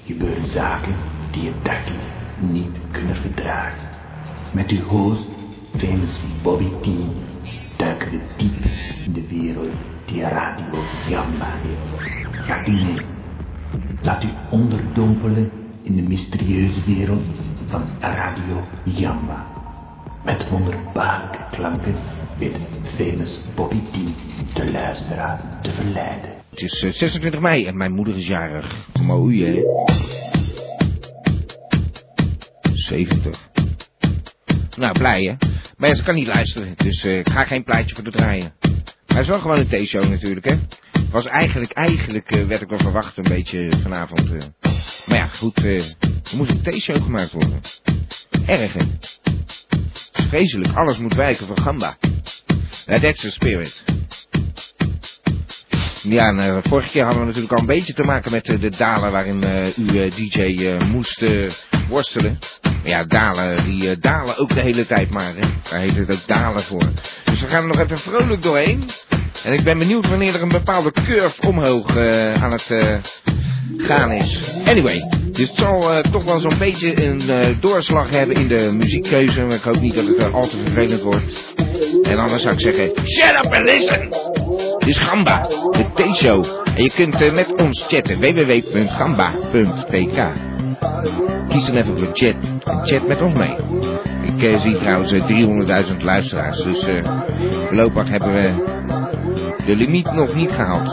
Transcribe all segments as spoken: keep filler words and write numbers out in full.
gebeuren zaken die je dagelijks niet kunnen verdragen. Met uw host, famous Bobby T, duiken we diep in de wereld die Radio Jamba heeft. Gaat u mee. Laat u onderdompelen in de mysterieuze wereld van Radio Jamba. Met wonderbaarlijke klanken weet famous Bobby T de luisteraar te verleiden. Het is uh, zesentwintig mei en mijn moeder is jarig. Mooi, hè? zeventig. Nou, blij, hè? Maar ja, ze kan niet luisteren, dus uh, ik ga geen plaatje voor de draaien. Maar het is wel gewoon een theeshow natuurlijk, hè? Was eigenlijk, eigenlijk uh, werd ik wel verwacht een beetje vanavond. Uh. Maar ja, goed, uh, er moest een theeshow gemaakt worden. Erg, hè? Vreselijk, alles moet wijken voor Gamba. Ja, that's the spirit. Ja, en uh, vorige keer hadden we natuurlijk al een beetje te maken met uh, de dalen waarin uh, uw uh, D J uh, moest uh, worstelen. Maar ja, dalen, die uh, dalen ook de hele tijd maar, hè. Daar heet het ook dalen voor. Dus we gaan er nog even vrolijk doorheen. En ik ben benieuwd wanneer er een bepaalde curve omhoog uh, aan het uh, gaan is. Anyway, dus het zal uh, toch wel zo'n beetje een uh, doorslag hebben in de muziekkeuze. Maar ik hoop niet dat het uh, al te vervelend wordt. En anders zou ik zeggen, shut up and listen! Dit is Gamba, de T-show. En je kunt uh, met ons chatten, w w w punt gamba punt p k. Kies dan even voor chat en chat met ons mee. Ik uh, zie trouwens uh, driehonderdduizend luisteraars, dus uh, voorlopig hebben we de limiet nog niet gehaald.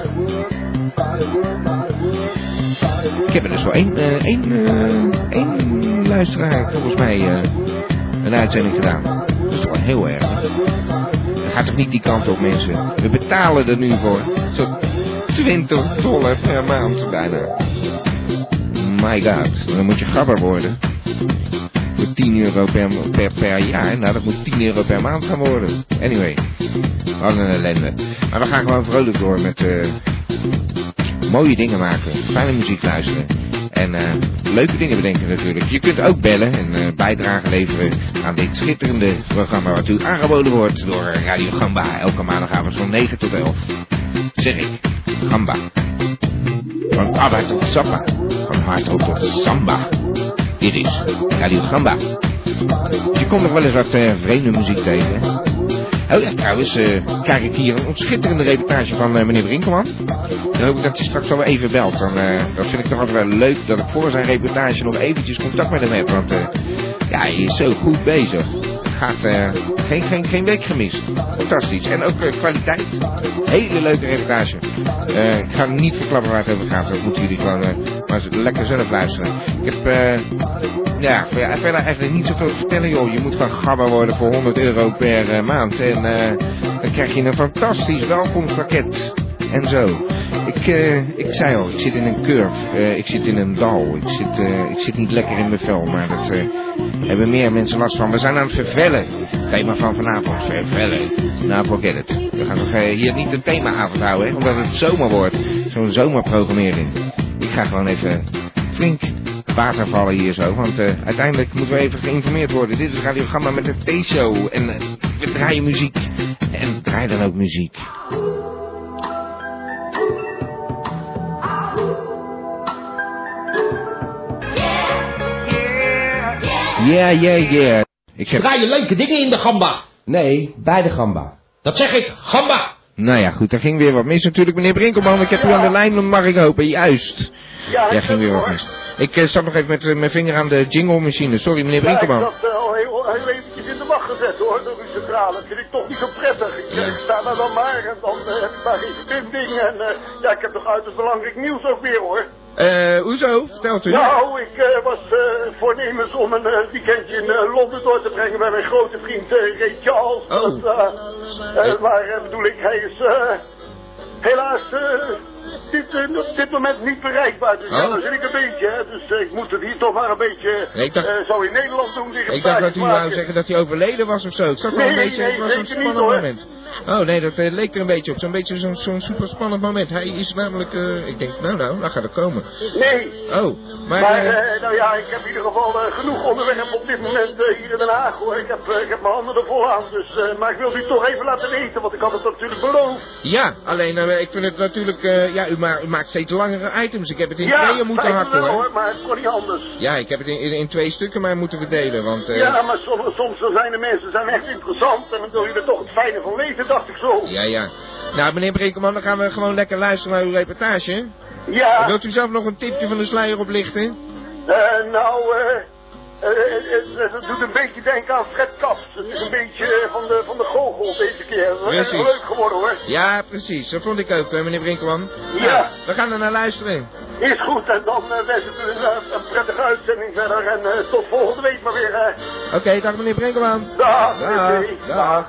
Ik heb er dus wel één, uh, één, uh, één luisteraar volgens mij uh, een uitzending gedaan. Dat is toch wel heel erg. Dat gaat toch niet die kant op, mensen. We betalen er nu voor. Zo'n twintig dollar per maand bijna. My god, dan moet je gabber worden. Voor tien euro per, per, per jaar. Nou, dat moet tien euro per maand gaan worden. Anyway, wat een ellende. Maar we gaan gewoon vrolijk door met uh, mooie dingen maken. Fijne muziek luisteren. En uh, leuke dingen bedenken natuurlijk. Je kunt ook bellen en uh, bijdrage leveren aan dit schitterende programma wat u aangeboden wordt door Radio Gamba. Elke maandagavond van negen tot elf. Zeg ik, Gamba. Van Abba tot Sappa. Van hardrock tot samba. Dit is Radio Gamba. Je komt nog wel eens wat uh, vreemde muziek tegen. Oh ja, trouwens, uh, krijg ik hier een schitterende reportage van uh, meneer Brinkelman. Dan hoop ik dat hij straks al wel even belt. Dan, uh, dat vind ik toch altijd wel leuk dat ik voor zijn reportage nog eventjes contact met hem heb. Want uh, ja, hij is zo goed bezig. Gaat uh, geen, geen, geen week gemist. Fantastisch. En ook uh, kwaliteit. Hele leuke reportage. Uh, ik ga niet verklappen waar het over gaat. Dat moeten jullie gewoon uh, maar lekker zelf luisteren. Ik heb uh, ja, verder eigenlijk niet zoveel te vertellen, joh. Je moet van gabber worden voor honderd euro per uh, maand. En uh, dan krijg je een fantastisch welkomstpakket. En zo. Ik, uh, ik zei al, ik zit in een curve. Uh, ik zit in een dal. Ik zit, uh, ik zit niet lekker in mijn vel. Maar dat uh, hebben meer mensen last van. We zijn aan het vervellen. Thema van vanavond. Vervellen. Nou, forget it. We gaan nog uh, hier niet een themaavond houden. Hè, omdat het zomer wordt. Zo'n zomerprogrammering. Ik ga gewoon even flink water vallen hier zo. Want uh, uiteindelijk moeten we even geïnformeerd worden. Dit is Radio Gamba met de T-show. En uh, we draaien muziek. En draai dan ook muziek. Yeah, yeah, yeah. Ik heb... Draai je leuke dingen in de Gamba? Nee, bij de Gamba. Dat zeg ik, Gamba. Nou ja, goed, daar ging weer wat mis natuurlijk, meneer Brinkelman. Ik heb u aan de lijn, mag ik hopen. Juist. Ja, ja ging weer wat mis. Ik uh, zat nog even met uh, mijn vinger aan de jingle-machine. Sorry, meneer Brinkelman. Ja, ik zat uh, al heel, heel eventjes in de wacht gezet, hoor, door uw centrale. Dat vind ik toch niet zo prettig. Ik, uh, ik sta daar dan maar en dan uh, heb ik daar geen ding. En uh, ja, ik heb toch uiterst belangrijk nieuws ook weer, hoor. Eh, uh, hoezo? Vertelt u. Nou, ik uh, was uh, voornemens om een uh, weekendje in uh, Londen door te brengen met mijn grote vriend uh, Ray Charles. Oh. Dat, uh, uh, maar uh, bedoel ik, hij is uh, helaas uh, dit, uh, op dit moment niet bereikbaar. Dus oh. ja, dan zit ik een beetje, hè. Dus uh, ik moet het hier toch maar een beetje nee, dacht... uh, zo in Nederland doen. Ik dacht dat u wou zeggen dat hij overleden was of zo. Ik zat wel nee, een beetje, nee, het was een zeker niet, spannend hoor. moment. Oh nee, dat uh, leek er een beetje op. Zo'n beetje zo'n zo'n super spannend moment. Hij is namelijk, uh, ik denk, nou nou, daar gaat het komen. Nee. Oh, maar... Maar, uh, uh, nou ja, ik heb in ieder geval uh, genoeg onderwerp op dit moment uh, hier in Den Haag, hoor. Ik heb, uh, ik heb mijn handen er vol aan, dus, uh, maar ik wil u toch even laten weten, want ik had het natuurlijk beloofd. Ja, alleen, uh, ik vind het natuurlijk, uh, ja, u, ma u maakt steeds langere items. Ik heb het in ja, tweeën moeten hakken, wel, hoor. hoor. Maar het kon niet anders. Ja, ik heb het in, in, in twee stukken maar moeten verdelen, want... Uh... Ja, maar soms, soms zijn de mensen zijn echt interessant en dan wil je er toch het fijne van weten, dacht ik zo. Ja, ja. Nou, meneer Brinkelman, dan gaan we gewoon lekker luisteren naar uw reportage. Ja. Wilt u zelf nog een tipje van de sluier oplichten? Uh, nou, eh... Uh, uh, uh, het doet een beetje denken aan Fred Kaps. Het is een beetje uh, van de, van de goochel deze keer. Dat is echt leuk geworden, hoor. Ja, precies. Dat vond ik ook, uh, meneer Brinkelman. Ja. Nou, we gaan er naar luisteren. Is goed, en dan uh, wens ik u een, uh, een prettige uitzending verder. En uh, tot volgende week maar weer, hè. Oké, okay, dag meneer Brinkelman. Dag, dag. Dag.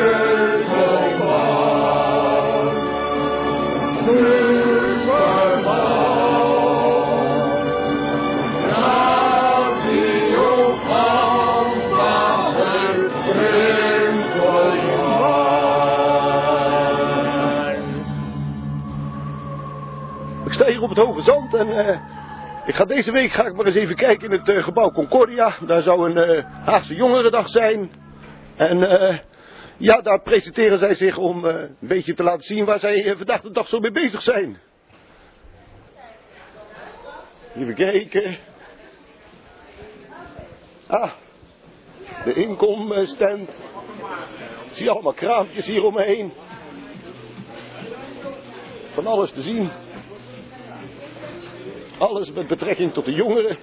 Ik sta hier op het Hoge Zand en uh, ik ga deze week ga ik maar eens even kijken in het uh, gebouw Concordia. Daar zou een uh, Haagse Jongerendag zijn. En uh, ja, daar presenteren zij zich om uh, een beetje te laten zien waar zij uh, vandaag de dag zo mee bezig zijn. Even kijken. Ah, de inkomstand. Ik zie allemaal kraampjes hier omheen. Van alles te zien. Alles met betrekking tot de jongeren.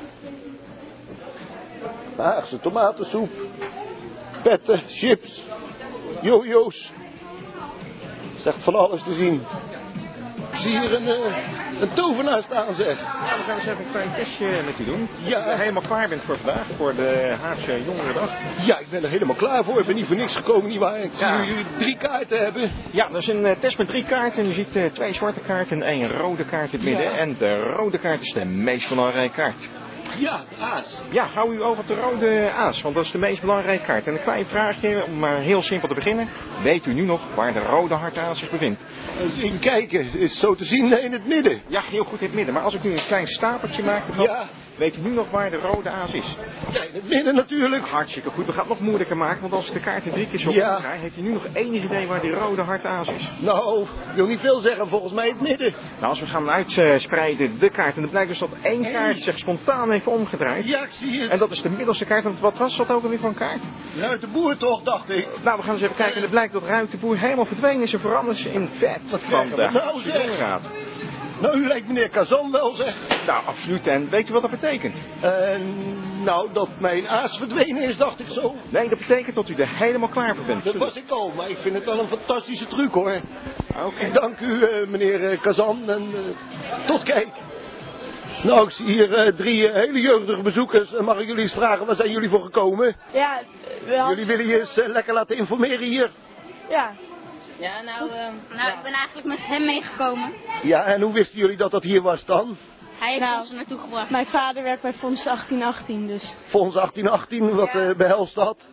Haagse tomatensoep. Petten, chips. Jojo's. Het is echt van alles te zien. Ik zie hier een, uh, een tovenaar staan, zeg. Ja, we gaan eens even een klein testje met u doen. Ja. Als je helemaal klaar bent voor vandaag, voor de Haagse Jongerendag. Ja, ik ben er helemaal klaar voor. Ik ben niet voor niks gekomen, nietwaar? Ik zie Ja. jullie drie kaarten hebben. Ja, dat is een uh, test met drie kaarten. Je ziet uh, twee zwarte kaarten en één rode kaart in het midden. Ja. En de rode kaart is de meest belangrijke kaart. Ja, de aas. Ja, hou u over op de rode aas, want dat is de meest belangrijke kaart. En een klein vraagje, om maar heel simpel te beginnen. Weet u nu nog waar de rode hartaas zich bevindt? Eens even kijken. Het is zo te zien in het midden. Ja, heel goed in het midden. Maar als ik nu een klein stapeltje maak, dan Ja. weet u nu nog waar de rode aas is? Ja, in het midden natuurlijk. Hartstikke goed. We gaan het nog moeilijker maken, want als ik de kaart in drie keer zo Ja. krijg, heeft u nu nog enig idee waar die rode hartaas is? Nou, ik wil niet veel zeggen. Volgens mij het midden. Nou, als we gaan uitspreiden de kaart, en dan blijkt dus dat één kaart zich spontaan heeft omgedraaid. Ja, ik zie het. En dat is de middelste kaart. Want wat was dat ook alweer voor een kaart? Ruit de boer toch, dacht ik. Nou, we gaan eens even kijken. En het blijkt dat Ruit de Boer helemaal verdwenen is en veranderd is in vet Wat van krijgen de we nou, Haagse zeg? Jongerenraad. Nou, u lijkt meneer Kazan wel, zeg. Nou, absoluut. En weet u wat dat betekent? En nou, dat mijn aas verdwenen is, dacht ik zo. Nee, dat betekent dat u er helemaal klaar voor bent. Dat was ik al, maar ik vind het wel een fantastische truc, hoor. Oké. Ik dank u, uh, meneer uh, Kazan, en uh, tot kijk. Nou, ik zie hier uh, drie uh, hele jeugdige bezoekers. Uh, mag ik jullie eens vragen, waar zijn jullie voor gekomen? Ja, wel. Jullie willen je eens uh, lekker laten informeren hier? Ja. Ja, nou, uh, nou ik ben eigenlijk met hem meegekomen. Ja, en hoe wisten jullie dat dat hier was dan? Hij heeft Nou, ons er naartoe gebracht. Mijn vader werkt bij Fonds achttien achttien, dus. Fonds achttien achttien, wat uh, behelst dat?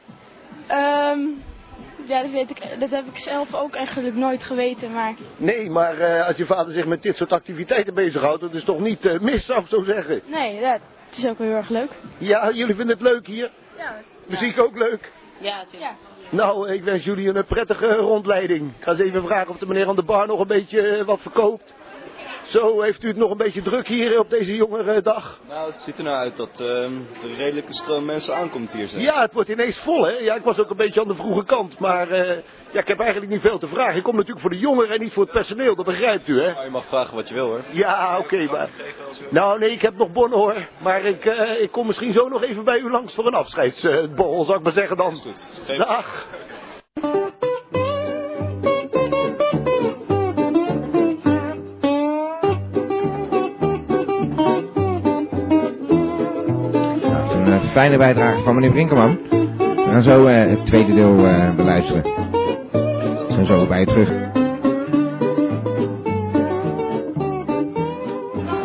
Um, ja, dat, weet ik, dat heb ik zelf ook eigenlijk nooit geweten, maar... Nee, maar uh, als je vader zich met dit soort activiteiten bezighoudt, dat is toch niet uh, mis, zou ik zo zeggen? Nee, ja, het is ook wel heel erg leuk. Ja, jullie vinden het leuk hier? Ja. Muziek ook leuk? Ja, natuurlijk. Ja. Nou, ik wens jullie een prettige rondleiding. Ik ga eens even vragen of de meneer aan de bar nog een beetje uh, wat verkoopt. Zo, heeft u het nog een beetje druk hier op deze jongere dag? Nou, het ziet er nou uit dat uh, er een redelijke stroom mensen aankomt hier. Zeg. Ja, het wordt ineens vol, hè? Ja, ik was ook een beetje aan de vroege kant, maar uh, ja, ik heb eigenlijk niet veel te vragen. Ik kom natuurlijk voor de jongeren en niet voor het personeel, dat begrijpt u, hè? Nou, je mag vragen wat je wil, hoor. Ja, oké, okay, maar... Nou, nee, ik heb nog bonnen, hoor. Maar ik, uh, ik kom misschien zo nog even bij u langs voor een afscheidsborrel, zou ik maar zeggen dan. Dat is goed. Geen... Dag. Een fijne bijdrage van meneer Brinkelman. We gaan zo uh, het tweede deel uh, beluisteren. We zijn zo bij je terug.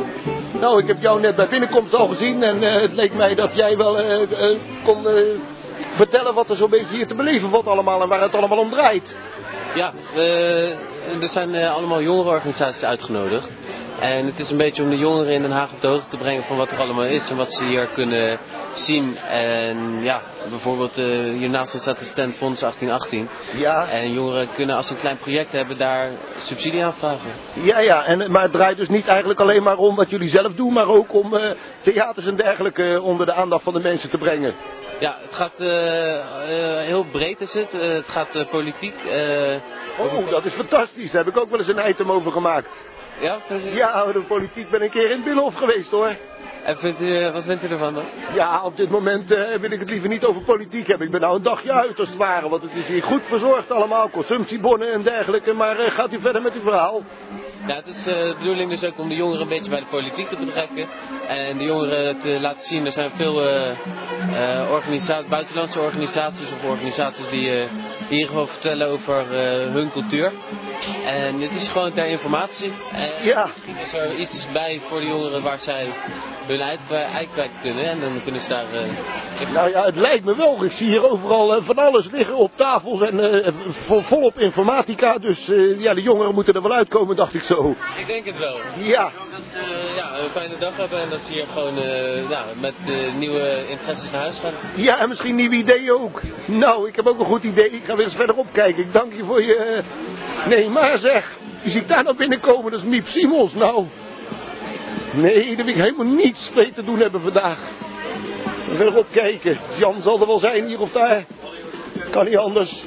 Nou, ik heb jou net bij binnenkomst al gezien en uh, het leek mij dat jij wel uh, uh, kon uh, vertellen wat er zo'n beetje hier te beleven valt allemaal en waar het allemaal om draait. Ja, uh, er zijn uh, allemaal jongerenorganisaties uitgenodigd. En het is een beetje om de jongeren in Den Haag op de hoogte te brengen van wat er allemaal is en wat ze hier kunnen zien. En ja, bijvoorbeeld uh, hiernaast ons staat de stand Fonds achttien achttien. Ja. En jongeren kunnen als ze een klein project hebben daar subsidie aan vragen. Ja, ja, en, maar het draait dus niet eigenlijk alleen maar om wat jullie zelf doen, maar ook om uh, theaters en dergelijke onder de aandacht van de mensen te brengen. Ja, het gaat uh, uh, heel breed is het. Uh, het gaat uh, politiek. Uh, oh, dat is fantastisch. Daar heb ik ook wel eens een item over gemaakt. Ja? Ja, de politiek ben ik een keer in het Binnenhof geweest hoor. En vindt u, wat vindt u ervan dan? Ja, op dit moment uh, wil ik het liever niet over politiek hebben. Ik ben nou een dagje uit als het ware, want het is hier goed verzorgd allemaal. Consumptiebonnen en dergelijke, maar uh, gaat u verder met uw verhaal? Ja, het is uh, de bedoeling dus ook om de jongeren een beetje bij de politiek te betrekken. En de jongeren te laten zien, er zijn veel uh, uh, organisaties, buitenlandse organisaties of organisaties die uh, hier gewoon vertellen over uh, hun cultuur. En dit is gewoon ter informatie. En ja. Misschien is er iets bij voor de jongeren waar zij hun ei kwijt kunnen en dan kunnen ze daar... Uh, nou ja, het lijkt me wel. Ik zie hier overal uh, van alles liggen op tafels en uh, vol, volop informatica. Dus uh, ja, de jongeren moeten er wel uitkomen, dacht ik zo. Ik denk het wel. Ja. Dat ze uh, ja, een fijne dag hebben en dat ze hier gewoon uh, ja, met uh, nieuwe interesses naar huis gaan. Ja, en misschien nieuwe ideeën ook. Nou, ik heb ook een goed idee. Ik ga weer eens verder opkijken. Ik dank je voor je... Uh... Nee, maar zeg. Wie zie ik daar nou binnenkomen? Dat is Miep Simons, nou. Nee, daar wil ik helemaal niets mee te doen hebben vandaag. Verder opkijken. Jan zal er wel zijn hier of daar. Kan niet anders.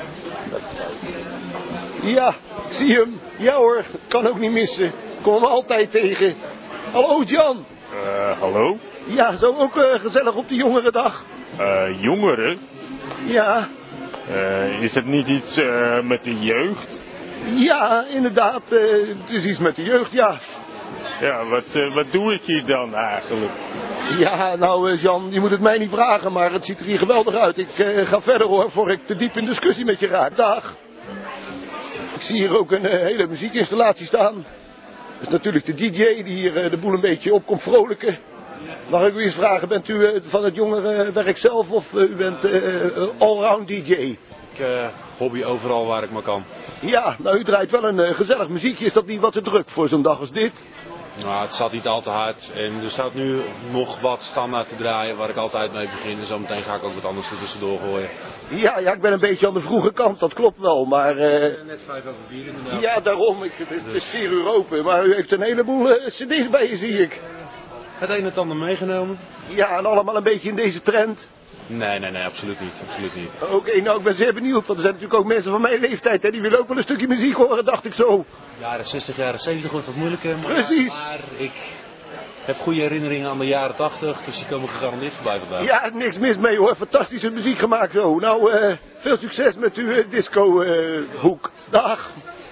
Ja, ik zie hem. Ja hoor, het kan ook niet missen. Ik kom hem altijd tegen. Hallo Jan. Uh, hallo? Ja, zo ook uh, gezellig op de jongerendag. Uh, jongeren? Ja. Uh, is het niet iets uh, met de jeugd? Ja, inderdaad. Uh, het is iets met de jeugd, ja. Ja, wat, uh, wat doe ik hier dan eigenlijk? Ja, nou uh, Jan, je moet het mij niet vragen, maar het ziet er hier geweldig uit. Ik uh, ga verder hoor, voor ik te diep in discussie met je raak. Dag. Ik zie hier ook een uh, hele muziekinstallatie staan. Dat is natuurlijk de D J die hier uh, de boel een beetje op komt vrolijken. Mag ik u eens vragen, bent u uh, van het jongerenwerk zelf of uh, u bent uh, allround D J? Ik uh, hobby overal waar ik maar kan. Ja, nou u draait wel een uh, gezellig muziekje. Is dat niet wat te druk voor zo'n dag als dit? Nou, het staat niet al te hard. En er staat nu nog wat standaard te draaien waar ik altijd mee begin. En zometeen ga ik ook wat anders er tussendoor gooien. Ja, ja, ik ben een beetje aan de vroege kant, dat klopt wel, maar... Uh... Net vijf over vier inderdaad. Ja, daarom. Ik, het, het is vier uur open, maar u heeft een heleboel uh, cd's bij je, zie ik. Het een en het ander meegenomen. Ja, en allemaal een beetje in deze trend. Nee, nee, nee, absoluut niet. Absoluut niet. Oké, okay, nou ik ben zeer benieuwd, want er zijn natuurlijk ook mensen van mijn leeftijd, hè, die willen ook wel een stukje muziek horen, dacht ik zo. Jaren zestig, jaren zeventig wordt wat moeilijker, maar, precies. Maar ik heb goede herinneringen aan de jaren tachtig, dus die komen gegarandeerd voorbij vandaag. Ja, niks mis mee hoor, fantastische muziek gemaakt zo. Nou, uh, veel succes met uw uh, disco uh, hoek. Dag.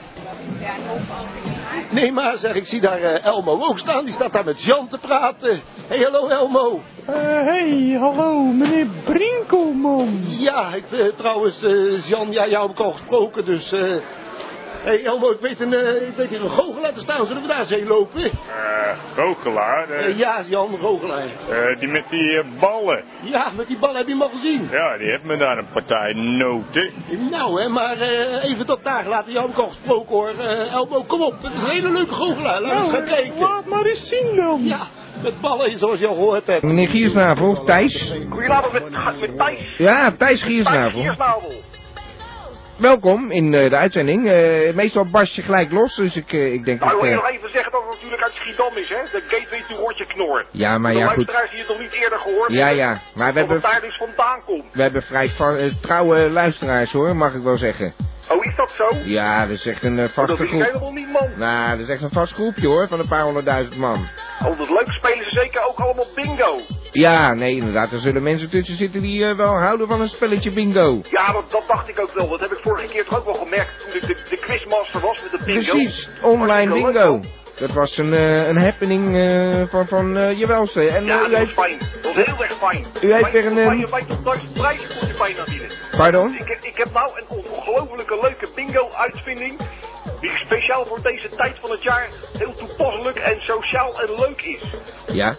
Nee, maar zeg, ik zie daar uh, Elmo ook staan. Die staat daar met Jan te praten. Hey, hallo Elmo. Uh, hey, hallo, meneer Brinkelman. Ja, ik, uh, trouwens, uh, Jan, ja, jou heb ik al gesproken, dus... Uh... Hey Elmo, ik weet, een, uh, ik weet hier een goochelaar te staan. Zullen we daar eens heen lopen? Uh, goochelaar? Uh... Uh, ja, Jan, goochelaar. Uh, die met die uh, ballen. Ja, met die ballen heb je hem al gezien. Ja, die heeft me daar een partij noten. Nou hè, maar uh, even tot daar gelaten. Jou heb ik al gesproken hoor. Uh, Elmo, kom op. Het is een hele leuke goochelaar. Laten we eens gaan kijken. Laat maar eens zien dan. Ja, met ballen zoals je al gehoord hebt. Meneer Giersnavel, Thijs. Goedenavond met, met Thijs. Ja, Thijs Giersnavel. Thijs Giersnavel. Welkom in uh, de uitzending. Uh, meestal barst je gelijk los, dus ik, uh, ik denk... Nou, dat, wil je uh... nog even zeggen dat het natuurlijk uit Schiedam is, hè? De gateway to Rotje Knor. Ja, maar de ja, goed. De luisteraars die het nog niet eerder gehoord ja, hebben. ja, maar we hebben... het daar dus vandaan komt. We hebben vrij uh, trouwe luisteraars, hoor, mag ik wel zeggen. Oh, is dat zo? Ja, dat is echt een uh, vaste groep. Dat groep. is helemaal niet, man. Nou, dat is echt een vast groepje, hoor, van een paar honderdduizend man. Oh, dat is leuk. Spelen ze zeker ook allemaal bingo? Ja, nee, inderdaad. Er zullen mensen tussen zitten die uh, wel houden van een spelletje bingo. Ja, dat, dat dacht ik ook wel. Dat heb ik vorige keer toch ook wel gemerkt toen ik de, de quizmaster was met de bingo. Precies, online bingo. Dat was een, uh, een happening uh, van, van uh, je welste. En, ja, uh, dat was heeft... fijn. Dat was heel erg fijn. U heeft weer een... Wij je bij tot duizend prijzen voor je bijna binnen. Pardon? Ik, ik heb nou een ongelofelijke leuke bingo-uitvinding. Die speciaal voor deze tijd van het jaar heel toepasselijk en sociaal en leuk is. Ja? En die zal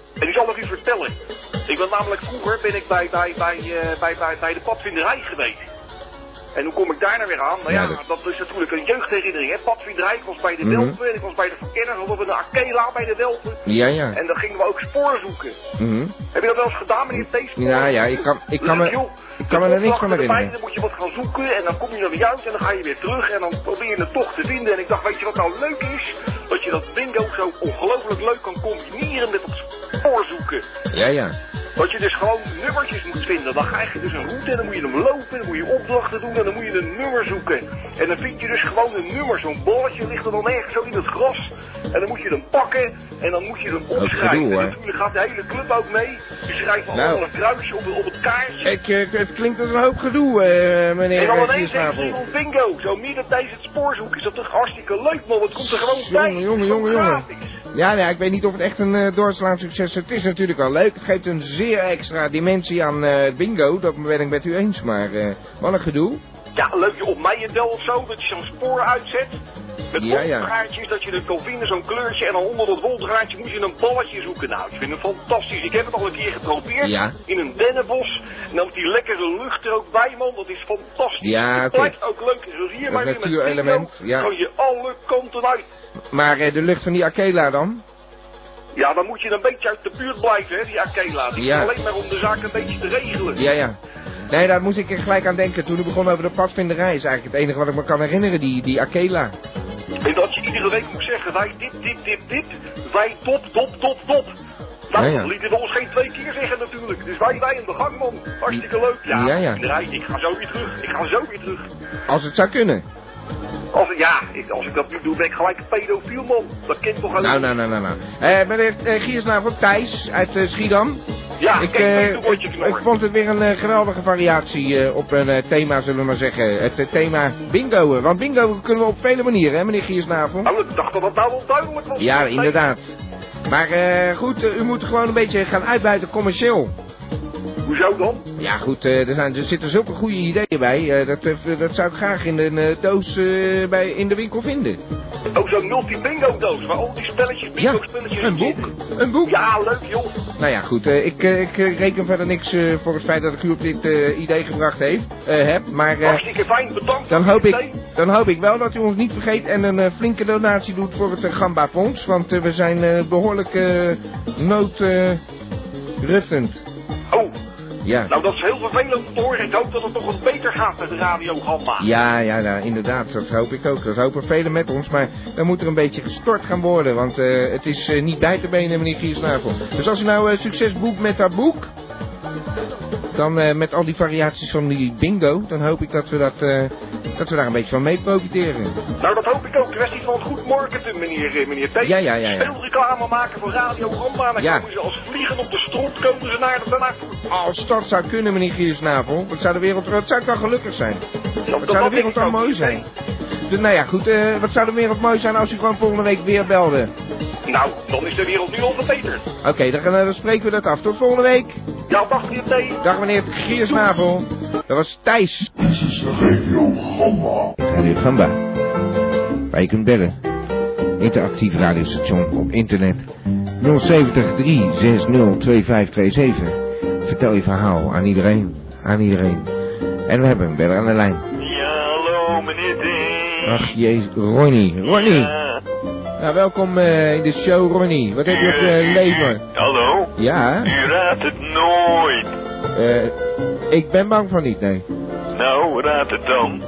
nog iets vertellen. Ik ben namelijk vroeger ben ik bij, bij, bij, uh, bij, bij, bij de padvinderij geweest. En hoe kom ik daar nou weer aan? Nou ja, ja dat... dat is natuurlijk een jeugdherinnering, hè. Padvinderij, ik was bij de mm-hmm. Welpen en ik was bij de verkenners, hadden we een Akela bij de Welpen. Ja, ja. En dan gingen we ook spoor zoeken. Mm-hmm. Heb je dat wel eens gedaan, meneer Thees? Ja, ja, ik kan, ik kan me, ik kan me er niks van herinneren. Dan moet je wat gaan zoeken en dan kom je er weer uit en dan ga je weer terug en dan probeer je het toch te vinden. En ik dacht, weet je wat nou leuk is? Dat je dat bingo zo ongelooflijk leuk kan combineren met dat spoor zoeken. Ja, ja. Dat je dus gewoon nummertjes moet vinden. Dan ga je dus een route en dan moet je hem lopen, dan moet je opdrachten doen en dan moet je een nummer zoeken. En dan vind je dus gewoon een nummer. Zo'n balletje ligt er dan ergens zo in het gras. En dan moet je hem pakken en dan moet je hem opschrijven. Gedoe, en natuurlijk gaat de hele club ook mee. Je schrijft nou, allemaal een kruisje op, op het kaartje. Ik, uh, het klinkt als een hoop gedoe, uh, meneer. En dan ineens heeft ze bingo. Zo midden tijdens het spoor zoeken is dat toch hartstikke leuk, man. Het komt er gewoon bij. Jongen, jongen, jongen, jongen. Ja, ja, ik weet niet of het echt een uh, doorslaand succes is. Het is natuurlijk wel leuk. Het geeft een zeer extra dimensie aan uh, bingo. Dat ben ik met u eens. Maar uh, wat een gedoe. Ja, leuk je op Meijendel of zo. Dat je zo'n spoor uitzet. Met ja, ja. woldraadjes. Dat je het kan vinden. Zo'n kleurtje. En dan onder dat woldraadje moet je een balletje zoeken. Nou, ik vind het fantastisch. Ik heb het al een keer geprobeerd. Ja. In een dennenbos. En dan met die lekkere lucht er ook bij, man. Dat is fantastisch. Ja, het okay. blijkt ook leuk. Zoals hier maar weer met bingo. Ja. Kan je alle kanten uit. Maar uh, de lucht van die Akela dan? Ja, dan moet je een beetje uit de buurt blijven, hè, die Akela. Die ja. is alleen maar om de zaak een beetje te regelen. Ja, ja. Nee, daar moest ik er gelijk aan denken. Toen ik begon over de padvinderij is eigenlijk het enige wat ik me kan herinneren, die, die Akela. En dat je iedere week moet zeggen, wij dit, dit, dit, dit, wij top, top, top, top. Nou, ja, ja. dat lieten we ons geen twee keer zeggen natuurlijk. Dus wij, wij in de gang, man. Hartstikke leuk. Ja, ja, ja. Nee, ik ga zo weer terug. Ik ga zo weer terug. Als het zou kunnen. Als, ja, ik, als ik dat nu doe, ben ik gelijk een pedofiel, man. Dat kent toch alleen. Nou, nou, nou, nou, nou. Uh, meneer uh, Giersnavel, Thijs uit uh, Schiedam. Ja, ik, uh, uh, ik, ik vond het weer een uh, geweldige variatie uh, op een uh, thema, zullen we maar zeggen. Het uh, thema bingo. Want bingo kunnen we op vele manieren, hè, meneer Giersnavel? Nou, ik dacht dat dat nou wel duidelijk was. Ja, inderdaad. Maar uh, goed, uh, u moet gewoon een beetje gaan uitbuiten commercieel. Hoezo dan? Ja goed, uh, er, zijn, er zitten zulke goede ideeën bij. Uh, dat, uh, dat zou ik graag in een uh, doos uh, bij, in de winkel vinden. Ook zo'n multi-bingo doos, waar al die spelletjes, bingo spelletjes ja, een boek. Een boek. Ja, leuk joh. Nou ja goed, uh, ik, uh, ik uh, reken verder niks uh, voor het feit dat ik u op dit uh, idee gebracht heeft, uh, heb. Maar uh, hartstikke fijn, bedankt. Dan hoop, ik, dan hoop ik wel dat u ons niet vergeet en een uh, flinke donatie doet voor het uh, Gamba Fonds. Want uh, we zijn uh, behoorlijk uh, noodruffend. Uh, oh. Ja. Nou, dat is heel vervelend om te horen. Ik hoop dat het toch wat beter gaat met de Radio Gamba. Ja, ja, ja, inderdaad. Dat hoop ik ook. Dat hopen velen met ons. Maar dan moet er een beetje gestort gaan worden. Want uh, het is uh, niet bij te benen, meneer Giersnavel. Dus als u nou uh, succes boekt met dat boek... Dan uh, met al die variaties van die bingo... Dan hoop ik dat we, dat, uh, dat we daar een beetje van mee profiteren. Nou, dat hoop ik ook. Kwestie van goed marketen, meneer, meneer T. Ja, ja, ja, ja. Veel reclame maken voor Radio Gamba. Dan ja. komen ze als vliegen op de strot. Komen ze naar de daarna. Als dat zou kunnen, meneer Giersnavel. Wat zou de wereld... Wat zou ik dan gelukkig zijn? Ja, wat zou de wereld dan mooi zijn? Dus, nou ja, goed. Uh, wat zou de wereld mooi zijn als u gewoon volgende week weer belde? Nou, dan is de wereld nu al verbeterd. Oké, okay, dan, dan spreken we dat af. Tot volgende week. Ja, dag meneer T. Dag meneer Giersnavel. Dat was Thijs. Dit is Radio Gamba. Radio Gamba. Waar je kunt bellen. Interactief radiostation op internet. nul zeventig drie zes nul twee vijf twee zeven. Vertel je verhaal aan iedereen. Aan iedereen. En we hebben een beller aan de lijn. Ja, hallo meneer D. Ach jezus, Ronnie. Ronnie. Ja. Nou, welkom uh, in de show, Ronnie. Wat heb je op je leven? Hallo? Ja? U raadt het nooit. Uh, ik ben bang van niet, nee. Nou, raad het dan.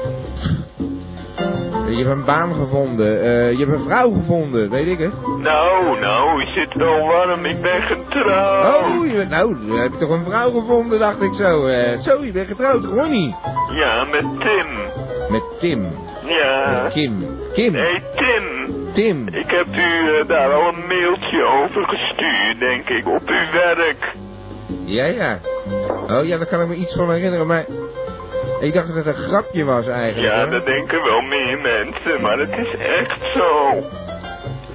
Je hebt een baan gevonden. Uh, je hebt een vrouw gevonden, weet ik het. Nou, nou, is het wel warm. Ik ben getrouwd. Oh, je bent, nou, dan heb je toch een vrouw gevonden, dacht ik zo. Uh, zo, je bent getrouwd, Ronnie. Ja, met Tim. Met Tim? Ja. Met Kim. Kim? Nee, Tim. Tim. Ik heb u uh, daar al een mailtje over gestuurd, denk ik, op uw werk. Ja, ja. Oh ja, daar kan ik me iets van herinneren, maar... Ik dacht dat het een grapje was eigenlijk. Ja, hoor. dat denken wel meer mensen, maar het is echt zo. Ik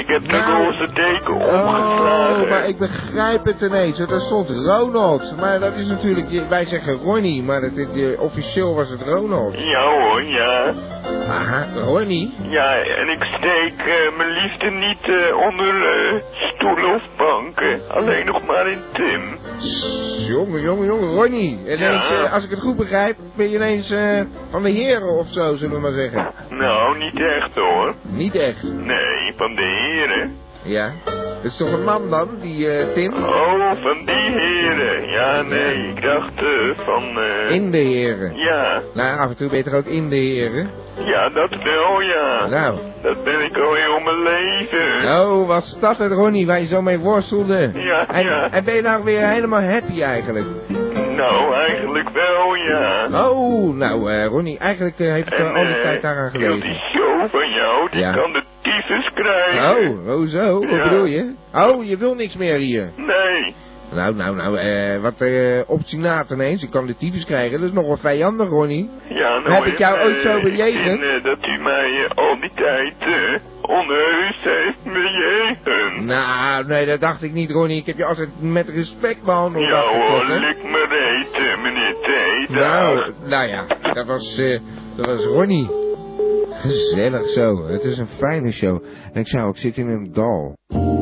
Ik heb de Nou. roze deken omgeslagen. Oh, maar ik begrijp het ineens. Daar stond Ronald. Maar dat is natuurlijk, wij zeggen Ronnie, maar dat, is- officieel was het Ronald. Ja hoor, ja. Aha, Ronnie? Ja, en ik steek eh, mijn liefde niet eh, onder eh, stoelen of banken. Alleen nog maar in Tim. Jongen, jongen, jongen, Ronnie. Ineens, Ja. eh, als ik het goed begrijp, ben je ineens eh, van de heren of zo, zullen we maar zeggen. Nou, niet echt hoor. Niet echt. Nee, van de heren. Ja. Dat is toch een man dan, die eh, Tim? Oh, van die heren. Ja, nee, ik dacht eh, van... eh, In de heren. Ja, Nou, af en toe beter ook in de heren. ja, dat wel, ja. Nou. Dat ben ik al heel mijn leven. Oh, was dat het, Ronnie, waar je zo mee worstelde? Ja, en, ja. En ben je nou weer helemaal happy eigenlijk? Nou, eigenlijk wel, ja. Oh, nou, eh, Ronnie, eigenlijk eh, heeft het En, al die eh, tijd daaraan heel gelegen. die show van jou, die Ja. kan de tyfus krijgen. Oh, oh zo, wat Ja. bedoel je? Oh, je wil niks meer hier. Nee. Nou, nou, nou, eh, wat eh obstinaat ineens. Ik kan de tyfus krijgen, dat is nog wel vijandig, Ronnie. Ja, nou Heb ik jou eh, ooit zo ik bejegend? vind, eh, dat u mij eh, al die tijd uh, onheus heeft bejegend. Nou, nee, dat dacht ik niet, Ronnie. Ik heb je altijd met respect behandeld. Ja dacht ik hoor, toch, hè? lik me reet, eh, meneer T. Nou, nou ja, dat was, eh, dat was Ronnie. Gezellig zo, het is een fijne show. En ik zou, ik zit in een dal.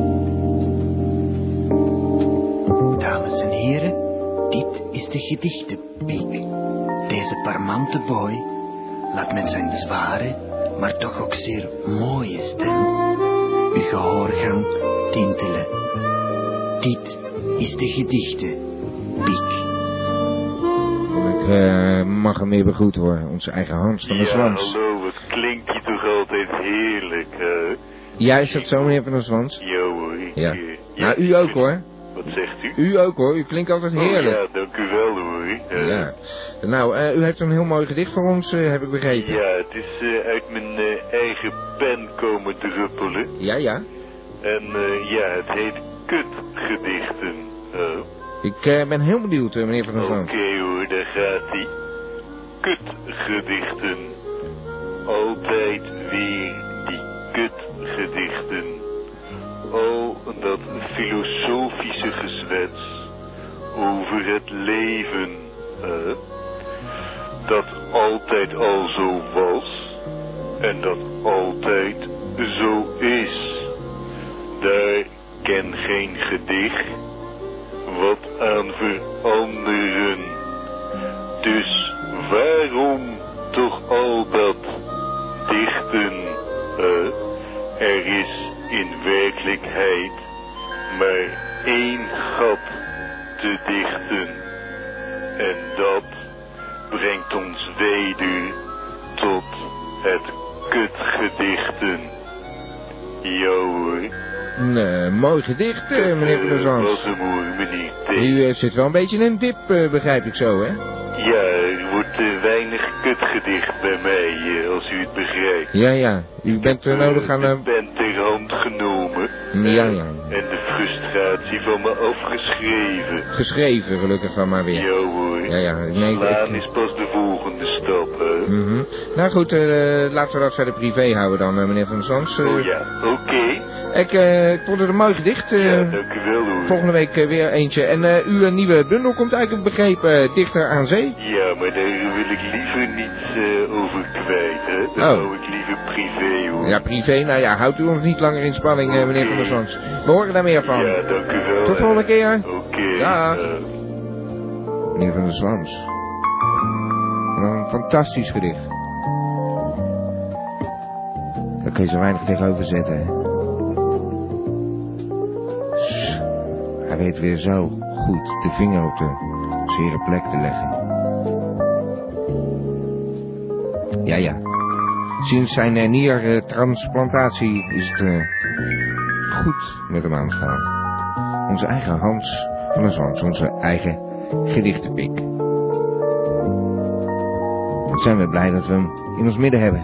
Dames en heren, dit is de gedichtenpiek. Deze parmante boy laat met zijn zware, maar toch ook zeer mooie stem uw gehoorgang tintelen. Dit is de gedichtenpiek. Ik eh, mag hem weer begroeten hoor, onze eigen Hans van der Ja, Zwans. hallo, wat klinkt die toch altijd heerlijk, hè? Ja, is dat zo, meneer van der Zwans? Ja hoor, ik... Ja. eh, Nou, u ook hoor. Wat zegt u? U ook hoor, u klinkt altijd heerlijk. Oh, ja, dank u wel hoor. Eh, Ja. Nou, eh, u heeft een heel mooi gedicht voor ons, eh, heb ik begrepen. Ja, het is eh, uit mijn eh, eigen pen komen druppelen. Ja, ja. En eh, ja, het heet Kutgedichten. Oh. Ik eh, ben heel benieuwd, eh, meneer van der Oké Zwans. hoor, daar gaat ie. Kutgedichten. Altijd weer die kutgedichten. Oh, dat filosofische gezwets over het leven. eh, dat altijd al zo was en dat altijd zo is. Daar ken geen gedicht wat aan veranderen. Dus waarom toch al dat dichten? eh? Er is in werkelijkheid maar één gat te dichten. En dat brengt ons weder tot het kutgedichten. Ja hoor. Nee, mooi gedicht, eh, meneer van der Zwans. Wat een mooi meneer T. U eh, zit wel een beetje in een dip, eh, begrijp ik zo, hè? Ja, er wordt eh, weinig kutgedicht bij mij, eh, als u het begrijpt. Ja, ja. U bent er nodig aan... De eh, pen ter hand genomen. Ja, ja. En de frustratie van me afgeschreven. geschreven, gelukkig dan maar weer. Ja hoor. Ja, ja. Nee, Slaan ik- is pas de volgende stap, hè. Mhm. Nou goed, eh, laten we dat verder privé houden dan, eh, meneer van der Zwans. Eh, Oh ja, oké. ik, eh, ik vond het een mooi gedicht. eh, Ja, dank u wel hoor. volgende week eh, weer eentje. En eh, uw nieuwe bundel komt eigenlijk begrepen eh, dichter aan zee. Ja, maar daar wil ik liever niets eh, over kwijt, hè. Dat Oh. hou ik liever privé, hoor. Ja, privé. Nou ja, houdt u ons niet langer in spanning, eh, meneer van der Zwans. We horen daar meer van. Ja, dank u wel. Tot de volgende keer. Oké. Dag. eh. Meneer van der Zwans. Wat een fantastisch gedicht. Daar kun je zo weinig tegenover zetten, hè. Sss. Hij weet weer zo goed de vinger op de zere plek te leggen. Ja, ja. Sinds zijn uh, niertransplantatie is het uh, goed met hem aangegaan. Onze eigen Hans van der Zwans, onze eigen gedichtenpik. Wat zijn we blij dat we hem in ons midden hebben.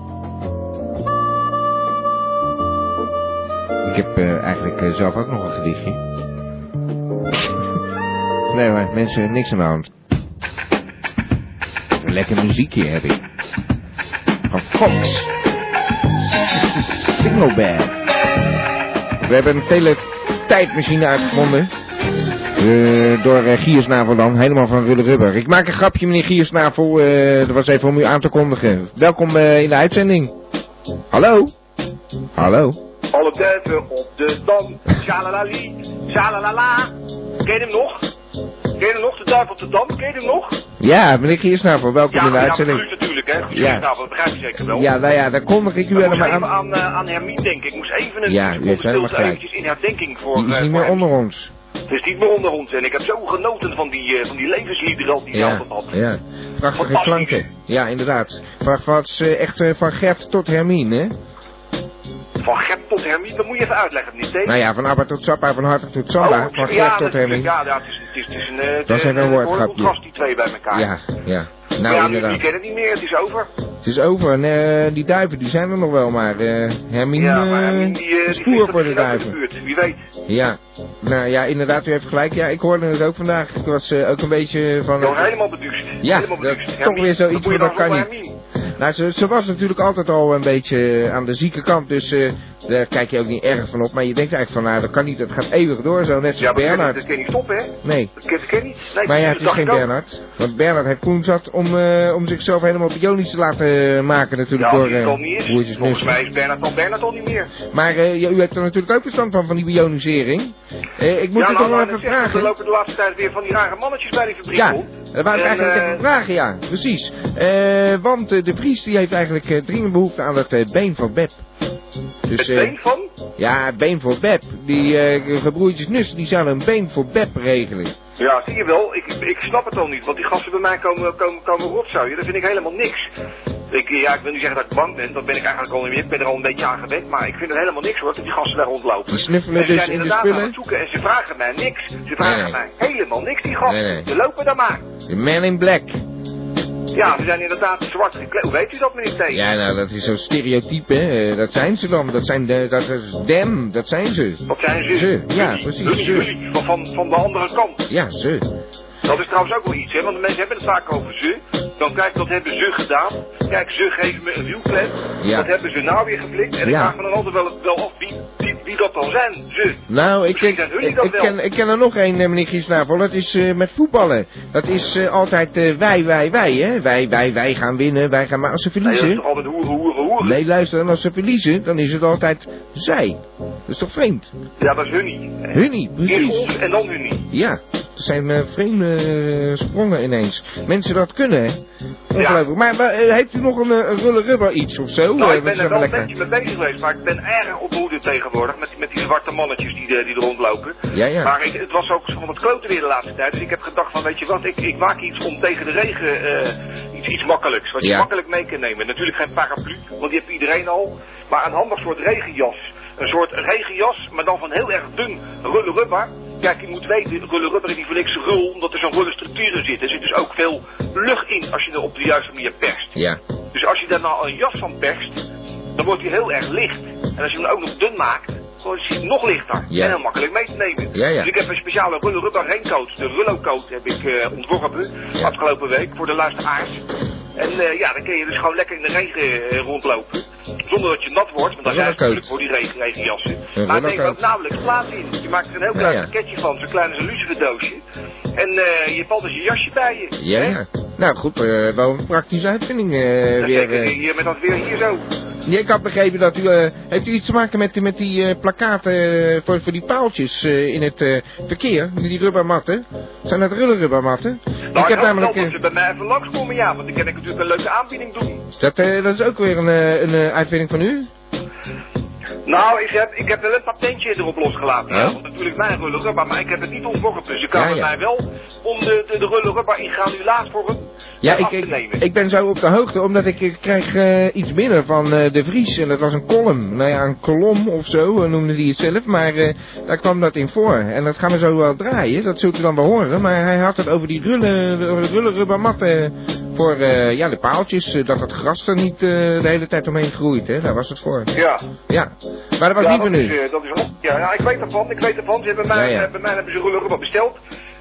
Ik heb uh, eigenlijk uh, zelf ook nog een gedichtje. Nee maar mensen, niks aan de hand. Een lekker muziekje heb ik. Van Fox. Single Band. We hebben een teletijdmachine uitgevonden. Uh, door uh, Giersnavel dan, helemaal van Rulle Rubber. Ik maak een grapje, meneer Giersnavel. Uh, dat was even om u aan te kondigen. Welkom uh, in de uitzending. Hallo? Hallo? Alle duiven op de dam. Shalalali, shalalala. Ken je hem nog? Ken je hem nog? De duif op de dam, ken je hem nog? Ja, meneer Giersnavel, welkom ja, in de ja, uitzending. Ja, natuurlijk hè. Goed, ja. Giersnavel, dat begrijp je zeker wel. Ja, nou ja, daar kondig ik u maar helemaal aan. aan. aan, uh, aan Hermine denken. Ik moest even een ja, seconde stilte eventjes in herdenking voor... Die is uh, niet meer onder ons. Het is niet meer onder ons en ik heb zo genoten van die, uh, van die levensliederen al die ja, ze altijd had. Ja, prachtige klanken. Ja, inderdaad. Van, van, uh, echt uh, van Gert tot Hermine, hè? Van Gert tot Hermine, dat moet je even uitleggen, niet tegen? Nou ja, van Abba tot Sappa, van Hartog tot Samba, oh, van Gert ja, tot Hermine. Ja, ja, het is, het is, het is een... Uh, dat is even een woordgrapje. contrast die twee bij elkaar. Ja, ja. Nou, maar ja, inderdaad. die kennen het niet meer, het is over. Het is over en uh, die duiven die zijn er nog wel, maar uh, Hermine, ja, maar Hermine die, uh, is die voer voor de duiven. De buurt, wie weet. Ja, nou ja, inderdaad, u heeft gelijk. Ja, ik hoorde het ook vandaag. Ik was uh, ook een beetje van... Je was helemaal beduust. Ja, helemaal beduust. Dat is toch weer zoiets, maar dat kan niet. Nou, ze, ze was natuurlijk altijd al een beetje aan de zieke kant, dus uh, daar kijk je ook niet erg van op. Maar je denkt eigenlijk van, nou, dat kan niet, dat gaat eeuwig door, zo net zoals ja, Bernhard. Dat kan niet stoppen, hè? Nee. Dat kan, dat kan niet. Nee, maar ja, het is geen Bernhard. Want Bernhard heeft Koen zat om, uh, om zichzelf helemaal bionisch te laten maken natuurlijk ja, door uh, broertjes Volgens mij is Bernhard al Bernhard al niet meer. Maar uh, ja, u heeft er natuurlijk ook verstand van, van die bionisering. Uh, ik moet ja, u nou, toch wel nou, even zeg, vragen. Er lopen de laatste tijd weer van die rare mannetjes bij die fabriek ja, rond. dat wou ik eigenlijk uh, even vragen, ja, precies. Uh, want uh, de Vries die heeft eigenlijk uh, dringend behoefte aan dat uh, been voor Beb. Dus, het been uh, van? Ja, het been voor Beb. Die uh, gebroertjes Nus, die zouden een been voor Beb regelen. Ja, zie je wel. Ik, ik snap het al niet. Want die gasten bij mij komen, komen, komen rotzooien. Dat vind ik helemaal niks. Ik, ja, ik wil niet zeggen dat ik bang ben. Dat ben ik eigenlijk al niet meer. Ik ben er al een beetje aan gewend. Maar ik vind het helemaal niks hoor, dat die gasten daar rondlopen. Die snuffelen en ze dus zijn in de inderdaad spullen? aan het zoeken en ze vragen mij niks. Ze vragen nee, nee. mij helemaal niks, die gasten. Nee, nee. Ze lopen daar maar. The Man in Black. Ja, ze zijn inderdaad zwart gekleed. Hoe weet u dat, meneer T? Ja, nou, dat is zo'n stereotype, hè. Dat zijn ze dan. Dat zijn de, dat is them. Dat zijn ze. Wat zijn ze? Ze, ja, precies. Jullie, ze. jullie, van, van, van de andere kant. Ja, ze. Dat is trouwens ook wel iets, hè, want de mensen hebben het vaak over ze. Dan kijk, dat hebben ze gedaan. Kijk, ze geven me een wielklep. Ja. Dat hebben ze nou weer geflikt. En ik ja. vraag me dan altijd wel, wel af wie, wie, wie dat dan zijn, ze. Nou, ik, ik, ik, ik, ken, ik ken er nog één, meneer Giesnavel. Dat is uh, met voetballen. Dat is uh, altijd uh, wij, wij, wij, hè. Wij, wij, wij gaan winnen, wij gaan... Maar als ze verliezen... Nee, dat is toch altijd hoeren, hoeren, hoeren? Nee, luister, en als ze verliezen, dan is het altijd zij. Dat is toch vreemd? Ja, dat is hunnie. Hunnie, precies. Eerst ons en dan hunnie. Ja. Er zijn uh, vreemde uh, sprongen ineens. Mensen dat kunnen, hè? Ongelooflijk. Ja. Maar, maar uh, heeft u nog een, een rulle rubber iets of zo? Nou, uh, ik ben er wel een beetje mee bezig geweest, maar ik ben erg op de hoede tegenwoordig met, met die zwarte mannetjes die, die er rondlopen. Ja, ja. Maar ik, het was ook van het kloten weer de laatste tijd, dus ik heb gedacht van, weet je wat, ik, ik maak iets om tegen de regen uh, iets, iets makkelijks, wat je ja. makkelijk mee kan nemen. Natuurlijk geen paraplu, want die heeft iedereen al, maar een handig soort regenjas. Een soort regenjas, maar dan van heel erg dun rulle rubber. Kijk, je moet weten, rulle rubber is niet voor niks rul, omdat er zo'n rulle structuur in zit. Er zit dus ook veel lucht in als je er op de juiste manier perst. Ja. Dus als je daar nou een jas van perst, dan wordt hij heel erg licht. En als je hem ook nog dun maakt, dan is hij nog lichter. Ja. En heel makkelijk mee te nemen. Ja, ja. Dus ik heb een speciale rulle rubber raincoat, de Rullo-coat heb ik uh, ontworpen, ja. afgelopen week, voor de luisteraars. En uh, ja, dan kun je dus gewoon lekker in de regen uh, rondlopen. Zonder dat je nat wordt, want dat is natuurlijk voor die regen, regenjassen. Een maar het neemt ook nauwelijks plaats in. Je maakt er een heel klein ja, ja. pakketje van, zo'n klein als een luciferdoosje. En uh, je valt dus je jasje bij je. Ja, ja. Nou goed, uh, wel een praktische uitvinding uh, weer. Uh... Hier met dat weer hier zo. Ja, ik had begrepen dat u, uh, heeft u iets te maken met, met die uh, plakkaten uh, voor, voor die paaltjes uh, in het uh, verkeer, met die rubbermatten? Zijn dat rubbermatten? Nou, ik heb namelijk wel dat ze bij mij even langskomen, ja, want dan kan ik natuurlijk een leuke aanbieding doen. Dat, uh, dat is ook weer een, uh, een uh, uitvinding van u? Nou, ik heb, ik heb wel een patentje erop losgelaten. Ja, want natuurlijk mijn rulle rubber, maar ik heb het niet ontworpen. Dus je kan ja, ja. met mij wel om de, de, de rulle rubber in granulaat voor hem ja, af ik, te nemen. Ik, ik ben zo op de hoogte, omdat ik, ik krijg uh, iets binnen van uh, de Vries. En dat was een column. Nou ja, een kolom of zo, uh, noemde hij het zelf. Maar uh, daar kwam dat in voor. En dat gaan we zo wel draaien, dat zult u dan wel horen. Maar hij had het over die rulle, de rulle rubbermatten voor uh, ja, de paaltjes. Uh, dat het gras er niet uh, de hele tijd omheen groeit, hè. Daar was het voor. Ja. Ja. Maar dat was ja, niet van u. Uh, dat is ja, ja, ik weet ervan, ik weet ervan. Ze hebben mij, ja, ja. Bij mij hebben ze rulle rubber besteld.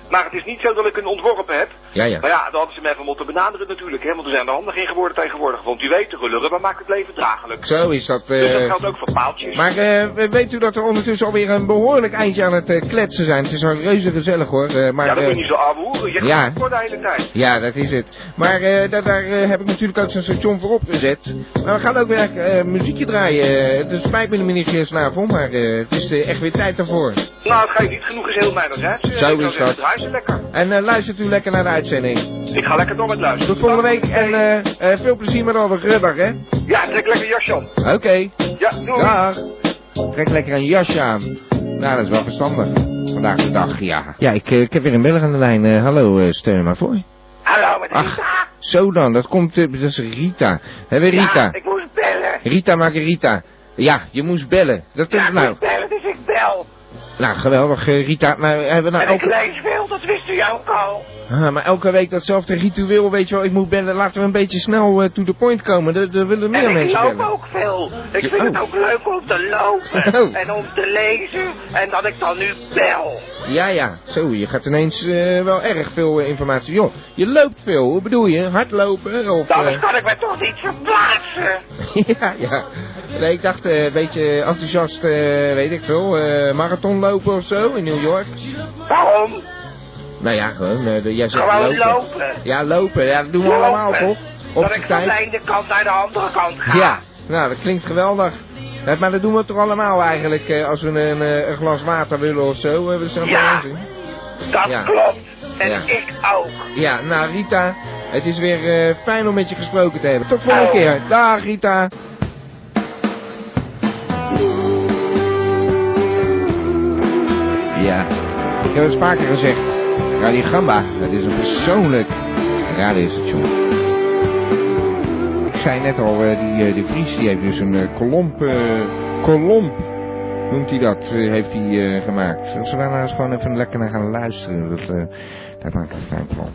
Maar het is niet zo dat ik een ontworpen heb. Ja, ja. Maar ja, dan hadden ze me even moeten benaderen natuurlijk, hè. Want er zijn er handig in geworden tegenwoordig. Want u weet, de rubber maakt het leven draaglijk. Zo is dat. Uh... Dus dat geldt ook voor paaltjes. Maar uh, weet u dat er ondertussen alweer een behoorlijk eindje aan het uh, kletsen zijn? Het is al reuze gezellig hoor. Uh, maar, ja, dat moet je uh... niet zo aanhoeren. Je gaat voor de hele tijd. Ja, dat is het. Maar uh, daar, daar uh, heb ik natuurlijk ook zo'n station voor opgezet. Maar we gaan ook weer uh, muziekje draaien. Het uh, spijt me meneer Geersnavel, maar uh, het is uh, echt weer tijd daarvoor. Nou, het geeft niet genoeg is heel mijnerzijds. Uh, Zo is dat. Draai ze lekker. En uh, luistert u lekker naar de uitzending. Ik ga lekker door met luisteren. Tot volgende week en uh, uh, veel plezier met al de rubber, hè? Ja, trek lekker jasje aan. Oké. Okay. Ja, doei. Dag. Trek lekker een jasje aan. Nou, dat is wel verstandig. Vandaag de dag, ja. Ja, ik, uh, ik heb weer een beller aan de lijn. Uh, hallo, uh, steun maar voor. Hallo, met Rita. Ach, zo dan, dat komt, uh, dat is Rita. Hebben we Rita? Ja, ik moest bellen. Rita Margarita. Ja, je moest bellen. Dat ja, is ik nou. moest bellen, dus ik bel. Nou, geweldig, uh, Rita. Maar hebben we nou en elke... ik lees veel, dat wist u ook al. Ah, maar elke week datzelfde ritueel, weet je wel, ik moet bellen, laten we een beetje snel uh, to the point komen, er, er willen meer en mensen bellen. ik loop ook veel. Ik je, vind oh. het ook leuk om te lopen oh. en om te lezen en dat ik dan nu bel. Ja, ja, zo, je gaat ineens uh, wel erg veel uh, informatie. Joh, je loopt veel, hoe bedoel je? Hardlopen of... Dan uh... kan ik me toch niet verplaatsen. ja, ja. Nee, ik dacht uh, een beetje enthousiast, uh, weet ik veel, uh, marathon lopen of zo in New York. Waarom? Nou ja, gewoon, uh, de, jij zegt gewoon lopen. lopen. Ja, lopen, ja, dat doen we lopen. allemaal toch? Op dat ik van de ene kant naar de andere kant ga. Ja, nou dat klinkt geweldig. Ja, maar dat doen we toch allemaal eigenlijk, uh, als we een, uh, een glas water willen of zo. Uh, we ja, dat ja, klopt. En ja. ik ook. Ja, nou Rita, het is weer uh, fijn om met je gesproken te hebben. Tot volgende oh. keer. Dag Rita. Ja, ik heb het vaker gezegd. Radio Gamba, het is een persoonlijk radiostation. Ik zei net al, uh, die, uh, de Vries die heeft dus een uh, kolomp, uh, kolomp noemt hij dat, uh, heeft hij uh, gemaakt. Als we daar nou eens gewoon even lekker naar gaan luisteren, dat, uh, dat maakt een fijn plan.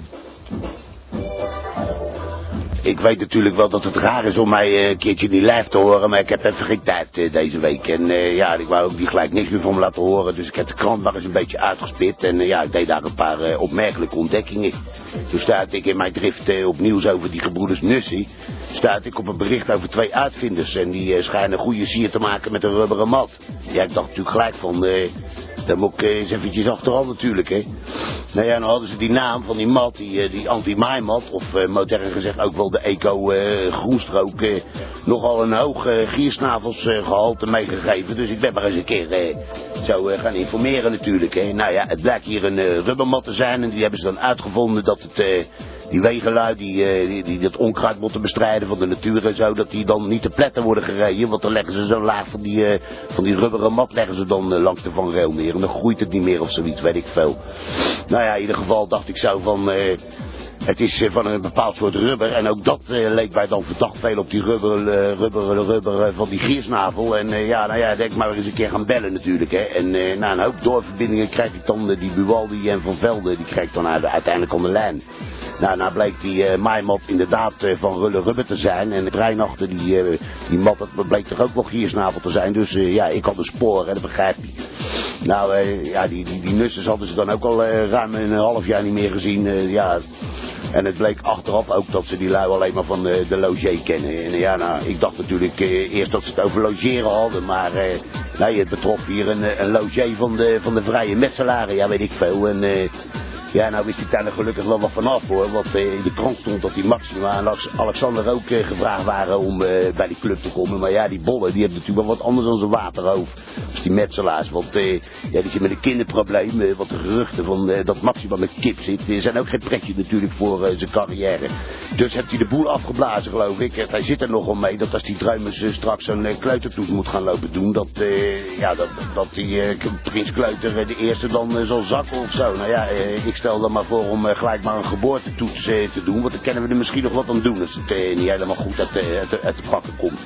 Ik weet natuurlijk wel dat het raar is om mij uh, een keertje niet live te horen, maar ik heb even geen tijd uh, deze week. En uh, ja, ik wou ook niet gelijk niks meer van me laten horen, dus ik heb de krant maar eens een beetje uitgespit. En uh, ja, ik deed daar een paar uh, opmerkelijke ontdekkingen. Toen stuitte ik in mijn drift uh, op nieuws over die gebroeders Nussie, stuitte ik op een bericht over twee uitvinders. En die uh, schijnen goede sier te maken met een rubberen mat. Ja, ik dacht natuurlijk gelijk van... Uh, Dan moet ik eens eventjes achteraan natuurlijk, hè. Nou ja, dan hadden ze die naam van die mat, die, die anti-maaimat, of uh, modern gezegd ook wel de eco-groenstrook, uh, uh, nogal een hoog uh, giersnavelsgehalte uh, meegegeven. Dus ik ben maar eens een keer uh, zo uh, gaan informeren natuurlijk, hè. Nou ja, het blijkt hier een uh, rubbermat te zijn en die hebben ze dan uitgevonden dat het... Uh, Die wegenlui die, uh, die, die dat onkruid moeten bestrijden van de natuur en zo, dat die dan niet te pletten worden gereden. Want dan leggen ze zo'n laag van die, uh, van die rubberen mat leggen ze dan uh, langs de Van Rail neer. En dan groeit het niet meer of zoiets, weet ik veel. Nou ja, in ieder geval dacht ik zo van... Uh, Het is uh, van een bepaald soort rubber en ook dat uh, leek mij dan verdacht veel op die rubber, uh, rubber, rubber uh, van die giersnavel. En uh, ja, nou ja, denk maar eens een keer gaan bellen natuurlijk, hè. En uh, na een hoop doorverbindingen krijg ik dan uh, die Buwaldi en Van Velde, die krijg ik dan uiteindelijk aan de lijn. Nou, nou bleek die uh, maaimat inderdaad uh, van rulle rubber te zijn en de trein achter die, uh, die mat, dat bleek toch ook wel giersnavel te zijn. Dus uh, ja, ik had een spoor, hè, dat begrijp je. Nou, uh, ja, die, die, die nussers hadden ze dan ook al uh, ruim een half jaar niet meer gezien, uh, ja... En het bleek achteraf ook dat ze die lui alleen maar van uh, de logé kennen. En ja, nou, ik dacht natuurlijk uh, eerst dat ze het over logeren hadden, maar uh, nee, het betrof hier een, een logé van de, van de vrije metselaren, ja weet ik veel. En uh, ja, nou wist ik daar nog gelukkig wel wat vanaf hoor, want uh, in de krant stond dat die Maxima en Alexander ook uh, gevraagd waren om uh, bij die club te komen. Maar ja, die bollen, die hebben natuurlijk wel wat anders dan zijn waterhoofd, als die metselaars. Want uh, ja, die zitten met een kinderprobleem, uh, want de geruchten van uh, dat Maxima met kip zit, uh, zijn ook geen pretje natuurlijk voor uh, zijn carrière. Dus heeft hij de boel afgeblazen geloof ik. Hij zit er nogal mee dat als die druimers uh, straks een uh, kleutertoets moet gaan lopen doen, dat, uh, ja, dat, dat die uh, prins Kleuter uh, de eerste dan uh, zal zakken of zo. Nou ja, uh, ik stel dan maar voor om uh, gelijk maar een geboortetoets uh, te doen, want dan kunnen we er misschien nog wat aan doen als het uh, niet helemaal goed uit, uh, uit, uit de pakken komt.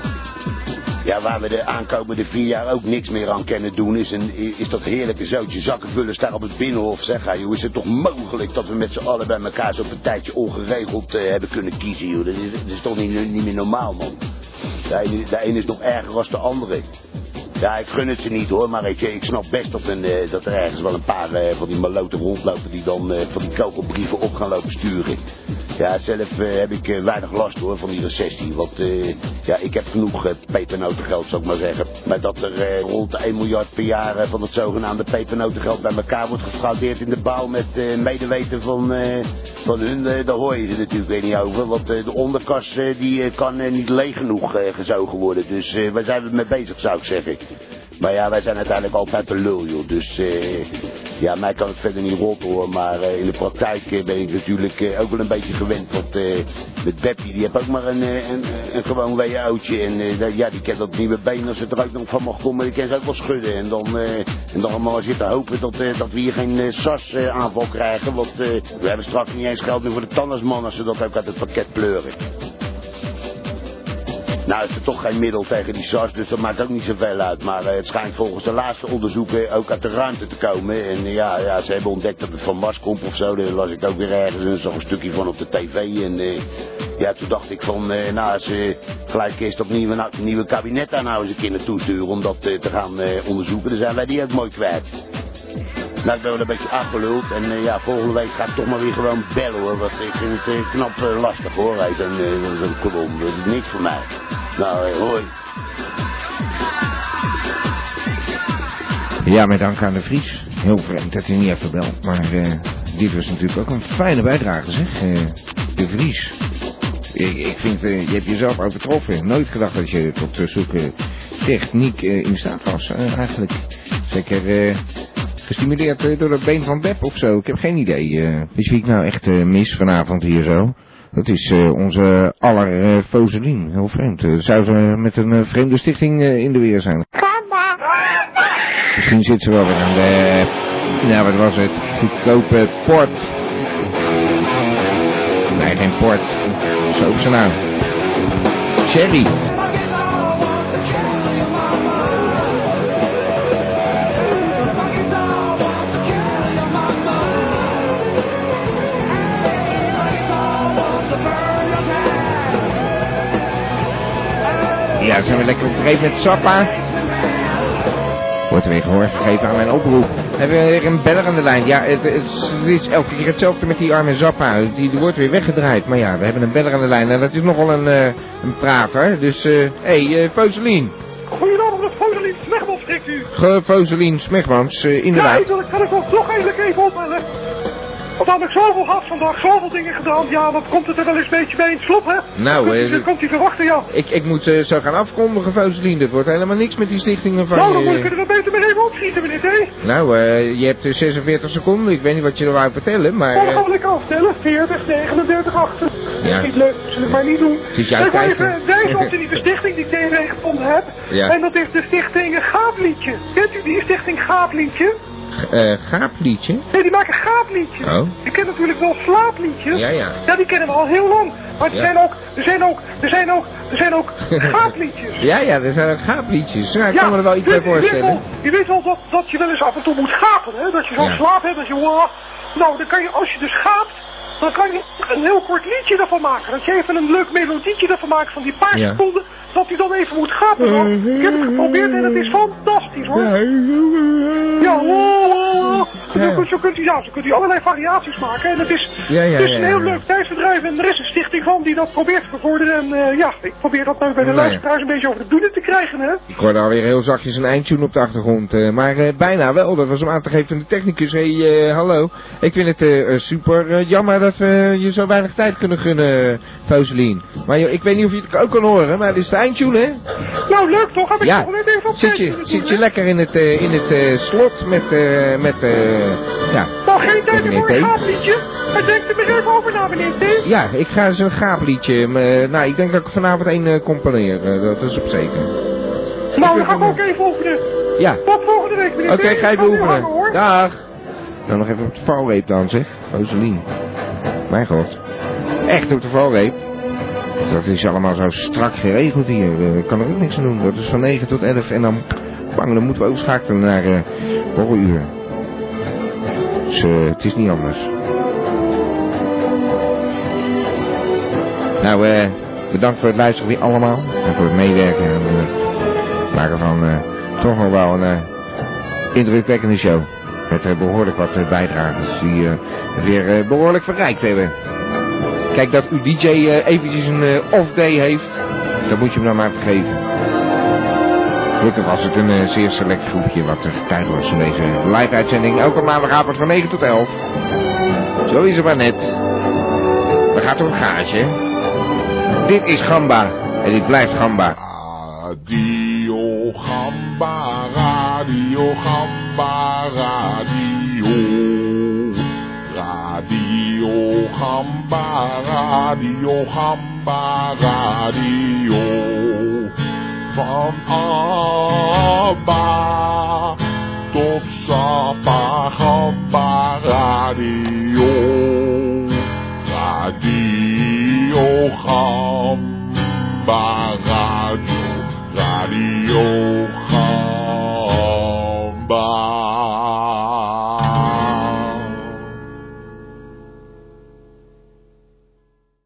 Ja, waar we de aankomende vier jaar ook niks meer aan kunnen doen, is, een, is dat heerlijke zoutje zakkenvullers daar op het Binnenhof. Zeg, ja, joh, is het toch mogelijk dat we met z'n allen bij elkaar zo'n partijtje ongeregeld uh, hebben kunnen kiezen, joh. Dat is, dat is toch niet, niet meer normaal, man. De ene, de ene is nog erger dan de andere. Ja, ik gun het ze niet hoor, maar ik, ik snap best dat, een, uh, dat er ergens wel een paar uh, van die maloten rondlopen die dan uh, van die kogelbrieven op gaan lopen sturen. Ja, zelf uh, heb ik uh, weinig last hoor van die recessie, want uh, ja, ik heb genoeg uh, pepernotengeld zou ik maar zeggen. Maar dat er uh, rond de één miljard per jaar uh, van het zogenaamde pepernotengeld bij elkaar wordt gefraudeerd in de bouw met uh, medeweten van, uh, van hun, uh, daar hoor je er natuurlijk weer niet over. Want uh, de onderkas uh, die uh, kan uh, niet leeg genoeg uh, gezogen worden, dus uh, waar zijn we mee bezig zou ik zeggen. Maar ja, wij zijn uiteindelijk altijd de lul, joh. Dus uh, ja, mij kan het verder niet rot hoor. Maar uh, in de praktijk uh, ben ik natuurlijk uh, ook wel een beetje gewend. Want uh, met Beppie, die heeft ook maar een, uh, een, een gewoon W O'tje. En uh, ja, die kent dat nieuwe been als het er ook nog van mag komen. Die kan ze ook wel schudden. En dan, uh, en dan maar zitten hopen dat, uh, dat we hier geen uh, S A S uh, aanval krijgen. Want uh, we hebben straks niet eens geld meer voor de tandartsman als ze dat ook uit het pakket pleuren. Nou, is er toch geen middel tegen die S A R S, dus dat maakt ook niet zoveel uit. Maar uh, het schijnt volgens de laatste onderzoeken ook uit de ruimte te komen. En uh, ja, ja, ze hebben ontdekt dat het van Mars komt of zo. Daar las ik ook weer ergens en zag een stukje van op de tv. En uh, ja, toen dacht ik van, uh, nou, als uh, gelijk eerst dat nieuwe, nou, nieuwe kabinet daar nou eens een keer naartoe sturen om dat uh, te gaan uh, onderzoeken. Dan zijn wij die ook mooi kwijt. Nou, ik ben wel een beetje afgeluld en uh, ja, volgende week ga ik toch maar weer gewoon bellen hoor. Want ik vind het uh, knap uh, lastig hoor, zo'n uh, zo kolom. Dat is niks voor mij. Nou, uh, hoi. Ja, met dank aan de Vries. Heel vreemd dat hij niet heeft gebeld, maar uh, dit was natuurlijk ook een fijne bijdrage zeg. Uh, de Vries. Ik, ik vind, uh, je hebt jezelf overtroffen. Nooit gedacht dat je tot uh, zulke techniek uh, in staat was, uh, eigenlijk. Zeker uh, gestimuleerd uh, door het been van Beb of zo. Ik heb geen idee. Uh, weet je wie ik nou echt uh, mis vanavond hier zo? Dat is uh, onze aller uh, Foselien. Heel vreemd. Uh, zou ze met een uh, vreemde stichting uh, in de weer zijn? Misschien zit ze wel weer aan de... Nou, wat was het? Goedkope port. Nee, geen port. Zo op zijn naam. Sherry. Ja, zijn we lekker op dreef met Sappa. Wordt er weer gehoor gegeven aan mijn oproep. Hebben we weer een beller aan de lijn. Ja, het, het is elke keer hetzelfde met die arme Zappa. Die, die wordt weer weggedraaid. Maar ja, we hebben een beller aan de lijn. En dat is nogal een, uh, een prater. Dus, hé, uh, hey, uh, Foselien. Goedenavond, met Foselien Smegmans spreekt u. Ge Foselien Smegmans, uh, inderdaad. Ja, ik kan ik nog toch eigenlijk even opbellen. Want had ik zoveel gehad vandaag, zoveel dingen gedaan. Ja, dan komt het er wel eens een beetje bij in het slot, hè? Nou, dan uh, dan komt hij verwachten, ja. Ik, ik moet uh, zo gaan afkondigen, Foselien. Dat wordt helemaal niks met die stichtingen van... Nou, dan moet ik er wel beter maar even opschieten, meneer T. Nou, uh, je hebt uh, zesenveertig seconden. Ik weet niet wat je er wou vertellen, maar... Nou, dan gaan we lekker aftellen. veertig, negenendertig, achtendertig. Ja. Dat is niet leuk, dat zullen we maar niet doen. Zit jij ik wil kijken? even wijzen op de nieuwe stichting die ik tegen gevonden heb. Ja. En dat is de stichting Gaapliedje. Kent u die stichting Gaapliedje? Uh, gaapliedje? Nee, die maken gaapliedjes. Oh. Je kent natuurlijk wel slaapliedjes. Ja, ja. Ja, die kennen we al heel lang. Maar er Ja. zijn ook, er zijn ook, er zijn ook, er zijn ook gaapliedjes. Ja, ja, er zijn ook gaapliedjes. Nou, ik Ja, kan me er wel iets bij je- je weet voorstellen. wel- Je weet wel dat, dat je wel eens af en toe moet gapen, hè? Dat je zo'n Ja. slaap hebt, dat je... wow. Nou, dan kan je, als je dus gaapt, dan kan je een heel kort liedje ervan maken. Dat je even een leuk melodietje ervan maakt van die paar Ja. seconden, dat hij dan even moet gapen. Want ik heb het geprobeerd en het is fantastisch, hoor. Ja, wow, wow. Ja. Zo, zo, kunt u, ja, zo kunt u allerlei variaties maken. En het is, Ja, ja, het is ja, een ja, heel ja. leuk tijdsverdrijf. En er is een stichting van die dat probeert te bevorderen. En uh, ja, ik probeer dat nou bij de Nou ja. luisteraars een beetje over de doelen te krijgen, hè. Ik hoorde alweer heel zachtjes een eindtune op de achtergrond. Uh, maar uh, bijna wel. Dat was om aan te geven van de technicus. Hé, hey, uh, hallo. Ik vind het uh, super uh, jammer dat we je zo weinig tijd kunnen gunnen, Foselien. Maar joh, ik weet niet of je het ook kan horen, maar dit is de eindtune, hè? Nou, leuk toch? Heb ik Ja. toch net even op Zit tijd je, kunnen zit doen, je hè? lekker in het, uh, in het uh, slot met, uh, met uh, ja. Nou, geen tijd meer meneer voor een T. gaapliedje. Maar denk er maar even over na, meneer T. Ja, ik ga zo'n gaapliedje. Uh, nou, ik denk dat ik vanavond één uh, componeer. Uh, dat is op zeker. Nou, dan ga ik ook even oefenen. Ja. Tot volgende week, meneer Oké, T. ga even nu oefenen. hangen, hoor. Dag. Nou, nog even op de valreep dan, zeg. Foselien. Mijn god. Echt op de valreep. Dat is allemaal zo strak geregeld hier. Ik kan er ook niks aan doen. Dat is van negen tot elf en dan... Bang, dan moeten we overschakelen naar uh, borreluur. Dus uh, het is niet anders. Nou, eh, bedankt voor het luisteren weer allemaal. En voor het meewerken en uh, maken van uh, toch nog wel een uh, indrukwekkende show. Met uh, behoorlijk wat uh, bijdragers die uh, weer uh, behoorlijk verrijkt hebben. Kijk, dat uw D J uh, eventjes een uh, off-day heeft, dat moet je hem dan maar vergeven. Gelukkig was het een uh, zeer select groepje wat er getuige was van deze live-uitzending. Elke maandagavond van negen tot elf. Zo is het maar net. Dan gaat er een gage. Dit is Gamba. En dit blijft Gamba. Radio Gamba, Radio Gamba, Radio. Radio Gamba, Radio Gamba, Radio. Van Abba tot Sapa Gamba, Radio. Radio Gamba.